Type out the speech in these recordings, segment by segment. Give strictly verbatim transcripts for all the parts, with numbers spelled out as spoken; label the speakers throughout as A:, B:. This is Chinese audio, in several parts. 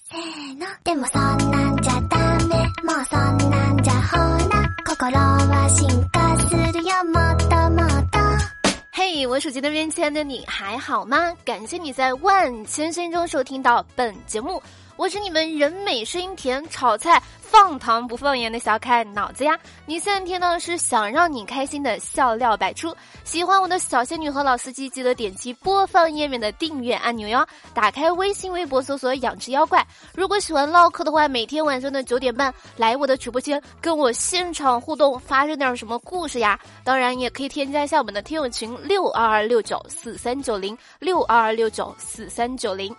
A: せーのでもそんなんじゃダメもうそんなんじゃほら心は進化するよもっともっと。
B: 嘿，我手机那边亲爱的你还好吗？感谢你在万千声音中收听到本节目，我是你们人美声音甜炒菜放糖不放盐的小可爱脑子呀。你现在听到的是想让你开心的笑料百出，喜欢我的小仙女和老司机记得点击播放页面的订阅按钮哟，打开微信微博搜索养殖妖怪。如果喜欢唠嗑的话，每天晚上的九点半来我的直播间跟我现场互动，发生点什么故事呀，当然也可以添加一下我们的听友群六二二六九四三九零六二二六九四三九零。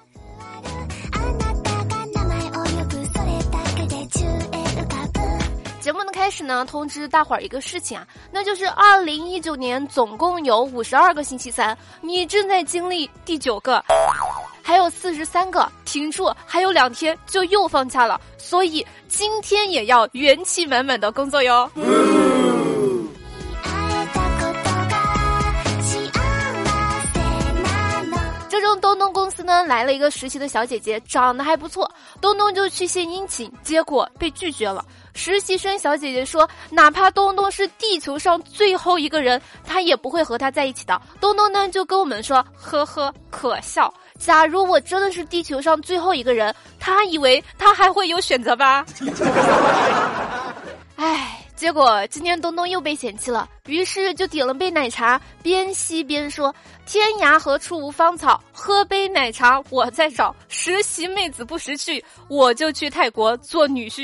B: 节目的开始呢，通知大伙儿一个事情啊，那就是二零一九年总共有五十二个星期三，你正在经历第九个，还有四十三个，停住，还有两天就又放假了，所以今天也要元气满满的工作哟。这种东东公司呢来了一个实习的小姐姐，长得还不错，东东就去献殷勤，结果被拒绝了。实习生小姐姐说，哪怕东东是地球上最后一个人，她也不会和他在一起的。东东呢就跟我们说，呵呵，可笑。假如我真的是地球上最后一个人，他以为他还会有选择吧？唉，结果今天东东又被嫌弃了，于是就点了杯奶茶，边吸边说，天涯何处无芳草，喝杯奶茶我在找，实习妹子不识趣，我就去泰国做女婿。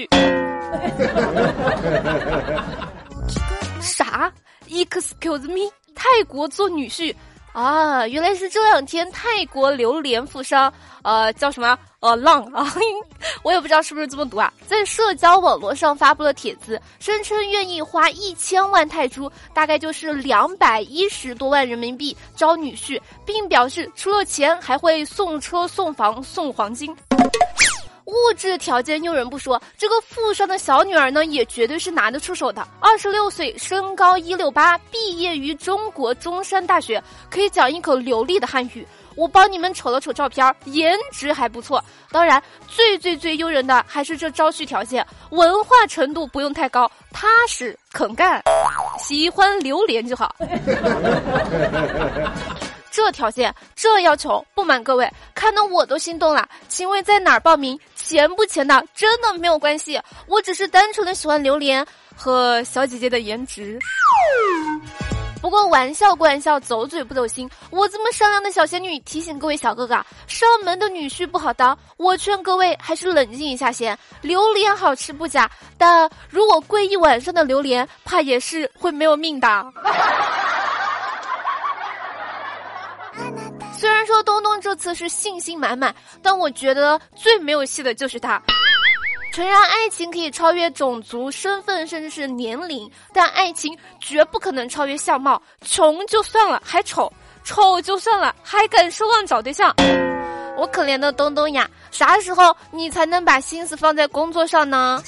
B: 啥 ？Excuse me？ 泰国做女婿？啊，原来是这两天泰国榴莲富商，呃，叫什么？呃，浪啊，我也不知道是不是这么读啊，在社交网络上发布了帖子，声称愿意花一千万泰铢，大概就是两百一十多万人民币招女婿，并表示除了钱还会送车、送房、送黄金。物质条件用人不说，这个富商的小女儿呢，也绝对是拿得出手的。二十六岁，身高一六八，毕业于中国中山大学，可以讲一口流利的汉语。我帮你们瞅了瞅照片，颜值还不错。当然，最最最诱人的还是这招婿条件，文化程度不用太高，踏实肯干，喜欢榴莲就好。这条件，这要求，不瞒各位，看得我都心动了。请问在哪儿报名？钱不钱的真的没有关系，我只是单纯的喜欢榴莲和小姐姐的颜值。不过玩笑归玩笑，走嘴不走心。我这么善良的小仙女提醒各位小哥哥，上门的女婿不好当，我劝各位还是冷静一下先。榴莲好吃不假，但如果跪一晚上的榴莲，怕也是会没有命的。虽然说东东这次是信心满满，但我觉得最没有戏的就是他。诚然，爱情可以超越种族、身份，甚至是年龄，但爱情绝不可能超越相貌。穷就算了，还丑；丑就算了，还敢奢望找对象。我可怜的东东呀，啥时候你才能把心思放在工作上呢？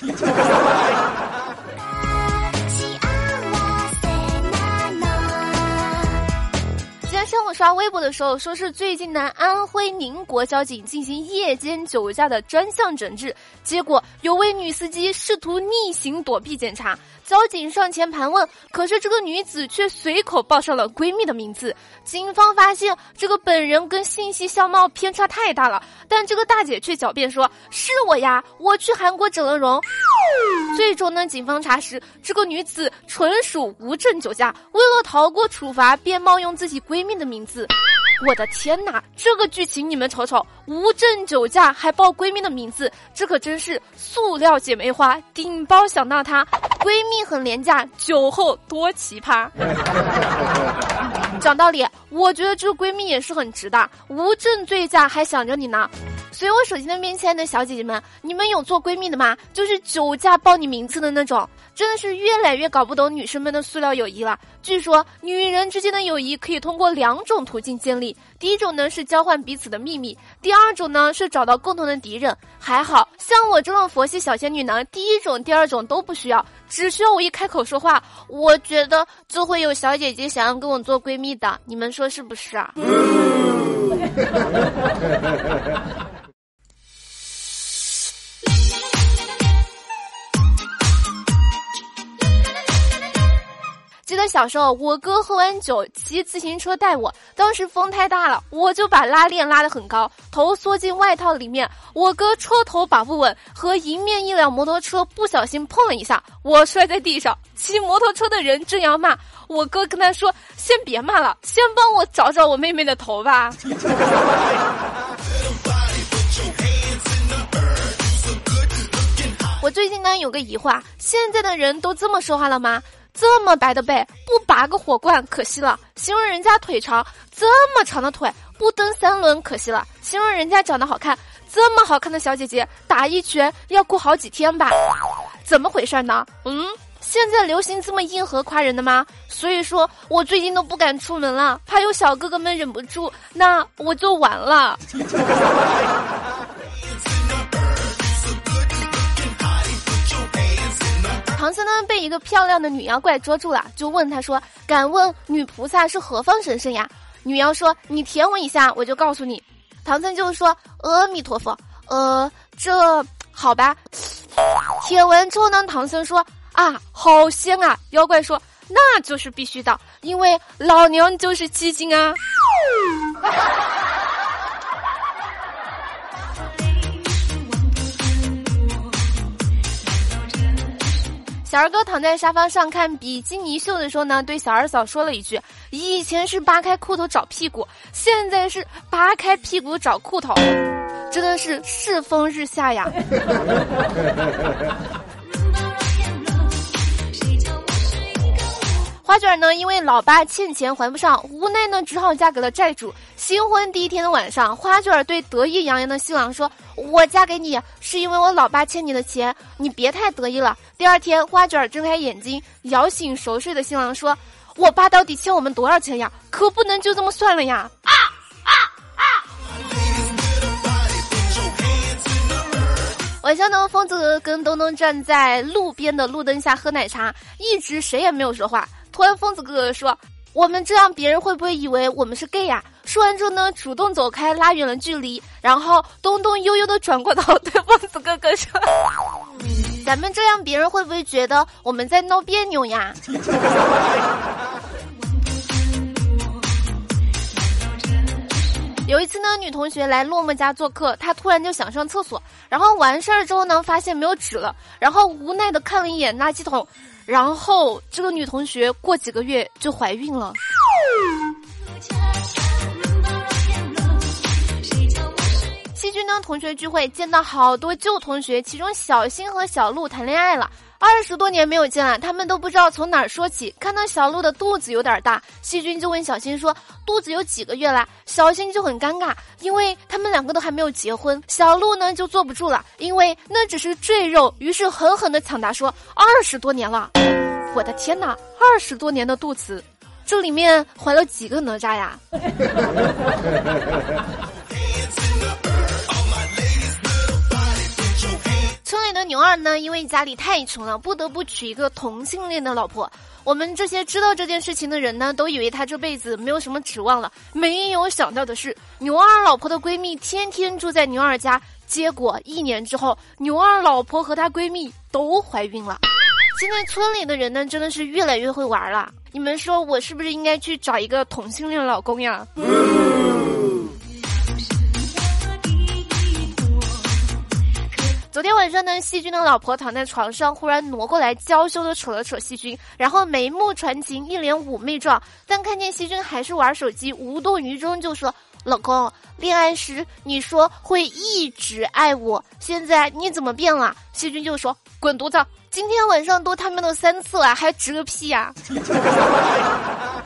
B: 上午刷微博的时候，说是最近呢，安徽宁国交警进行夜间酒驾的专项整治，结果有位女司机试图逆行躲避检查，交警上前盘问，可是这个女子却随口报上了闺蜜的名字。警方发现这个本人跟信息相貌偏差太大了，但这个大姐却狡辩说，是我呀，我去韩国整了容。最终呢，警方查实这个女子纯属无证酒驾，为了逃过处罚，便冒用自己闺蜜的名字。我的天哪，这个剧情你们瞅瞅，无证酒驾还报闺蜜的名字，这可真是塑料姐妹花，顶包想到她，闺蜜很廉价，酒后多奇葩。讲道理，我觉得这个闺蜜也是很值的，无证醉驾还想着你呢。所以我手机那边亲爱的小姐姐们，你们有做闺蜜的吗？就是酒驾报你名字的那种，真的是越来越搞不懂女生们的塑料友谊了。据说女人之间的友谊可以通过两种途径建立，第一种呢是交换彼此的秘密，第二种呢是找到共同的敌人。还好像我这种佛系小仙女呢，第一种第二种都不需要，只需要我一开口说话，我觉得就会有小姐姐想要跟我做闺蜜的，你们说是不是啊？ 得小时候我哥喝完酒骑自行车带我，当时风太大了，我就把拉链拉得很高，头缩进外套里面，我哥车头把不稳，和迎面一辆摩托车不小心碰了一下，我摔在地上，骑摩托车的人正要骂，我哥跟他说先别骂了，先帮我找找我妹妹的头吧。我最近呢有个疑惑，现在的人都这么说话了吗？这么白的背不拔个火罐可惜了，形容人家腿长，这么长的腿不蹬三轮可惜了，形容人家长得好看，这么好看的小姐姐打一拳要哭好几天吧？怎么回事呢？嗯，现在流行这么硬核夸人的吗？所以说我最近都不敢出门了，怕有小哥哥们忍不住，那我就完了。唐僧呢被一个漂亮的女妖怪捉住了，就问他说，敢问女菩萨是何方神圣呀？女妖说，你舔我一下我就告诉你。唐僧就说，阿弥陀佛，呃这好吧。舔完之后呢，唐僧说，啊好鲜啊。妖怪说，那就是必须的，因为老娘就是七星啊。小二哥躺在沙发上看比基尼秀的时候呢，对小二嫂说了一句，以前是扒开裤头找屁股，现在是扒开屁股找裤头，真的是世风日下呀。花卷呢因为老爸欠钱还不上，无奈呢只好嫁给了债主。新婚第一天的晚上，花卷对得意洋洋的新郎说，我嫁给你是因为我老爸欠你的钱，你别太得意了。第二天花卷睁开眼睛，摇醒熟睡的新郎说，我爸到底欠我们多少钱呀？可不能就这么算了呀。啊啊啊！晚上呢，疯子哥跟东东站在路边的路灯下喝奶茶，一直谁也没有说话。突然疯子哥哥说，我们这样别人会不会以为我们是 gay 呀？说完之后呢，主动走开，拉远了距离，然后东东悠悠的转过头对疯子哥哥说，咱们这样别人会不会觉得我们在闹别扭呀？有一次呢，女同学来落寞家做客，她突然就想上厕所，然后完事儿之后呢，发现没有纸了，然后无奈的看了一眼垃圾桶，然后这个女同学过几个月就怀孕了。细菌呢，同学聚会见到好多旧同学，其中小新和小鹿谈恋爱了。二十多年没有见了，他们都不知道从哪儿说起。看到小鹿的肚子有点大，细菌就问小新说，肚子有几个月啦？小新就很尴尬，因为他们两个都还没有结婚。小鹿呢就坐不住了，因为那只是赘肉，于是狠狠地抢答说，二十多年了。我的天哪，二十多年的肚子，这里面怀了几个哪吒呀？村里的牛二呢，因为家里太穷了，不得不娶一个同性恋的老婆。我们这些知道这件事情的人呢，都以为他这辈子没有什么指望了。没有想到的是，牛二老婆的闺蜜天天住在牛二家，结果一年之后，牛二老婆和她闺蜜都怀孕了。现在村里的人呢，真的是越来越会玩了。你们说我是不是应该去找一个同性恋老公呀？昨天晚上呢，细菌的老婆躺在床上，忽然挪过来娇羞的扯了扯细菌，然后眉目传情，一脸妩媚状。但看见细菌还是玩手机，无动于衷，就说，老公，恋爱时你说会一直爱我，现在你怎么变了？细菌就说，滚犊子，今天晚上都他妈的三次了，还直个屁呀、啊！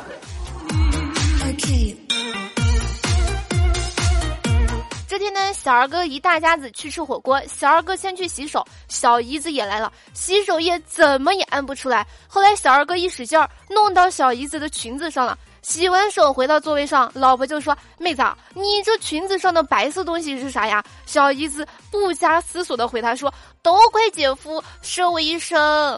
B: 这天呢，小二哥一大家子去吃火锅，小二哥先去洗手，小姨子也来了，洗手液怎么也按不出来，后来小二哥一使劲儿，弄到小姨子的裙子上了。洗完手回到座位上，老婆就说，妹子，你这裙子上的白色东西是啥呀？小姨子不加思索的回答说，多亏姐夫说我一声。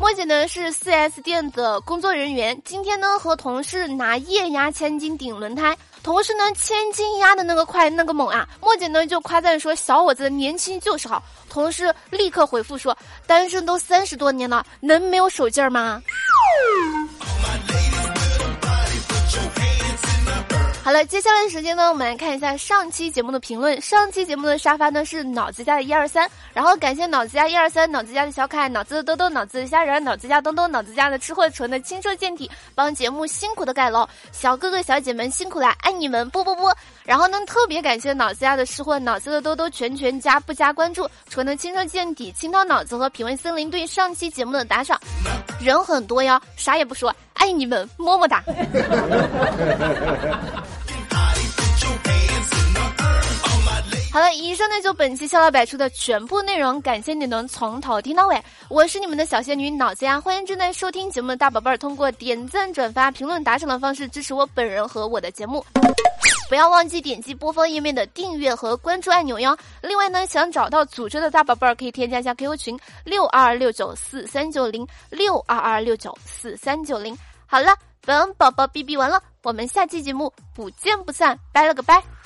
B: 莫姐呢是 四 S 店的工作人员，今天呢和同事拿液压千斤顶轮胎，同事呢千斤压的那个快那个猛啊，莫姐呢就夸赞说小伙子年轻就是好，同事立刻回复说单身都三十多年了，能没有手劲儿吗？好了，接下来的时间呢，我们来看一下上期节目的评论。上期节目的沙发呢是脑子家的一二三，然后感谢脑子家一二三、脑子家的小可爱、脑子的兜兜、脑子的虾仁、脑子家东东、脑子家的吃货纯的清瘦健体，帮节目辛苦的盖楼，小哥哥小姐们辛苦啦，爱你们，啵啵啵。然后呢，特别感谢脑子家的吃货、脑子的兜兜全全加不加关注，纯的清瘦健体、清涛脑子和品味森林对上期节目的打赏，人很多呀，啥也不说，爱你们，么么哒。好了，以上呢就本期笑料百出的全部内容，感谢你能从头听到尾，我是你们的小仙女脑子呀，欢迎正在收听节目的大宝贝儿通过点赞、转发、评论、打赏的方式支持我本人和我的节目，不要忘记点击播放页面的订阅和关注按钮哟。另外呢，想找到组织的大宝贝儿可以添加一下 Q Q 群六二二六九四三九零六二二六九四三九零。好了，本宝宝哔哔完了，我们下期节目不见不散，拜了个拜。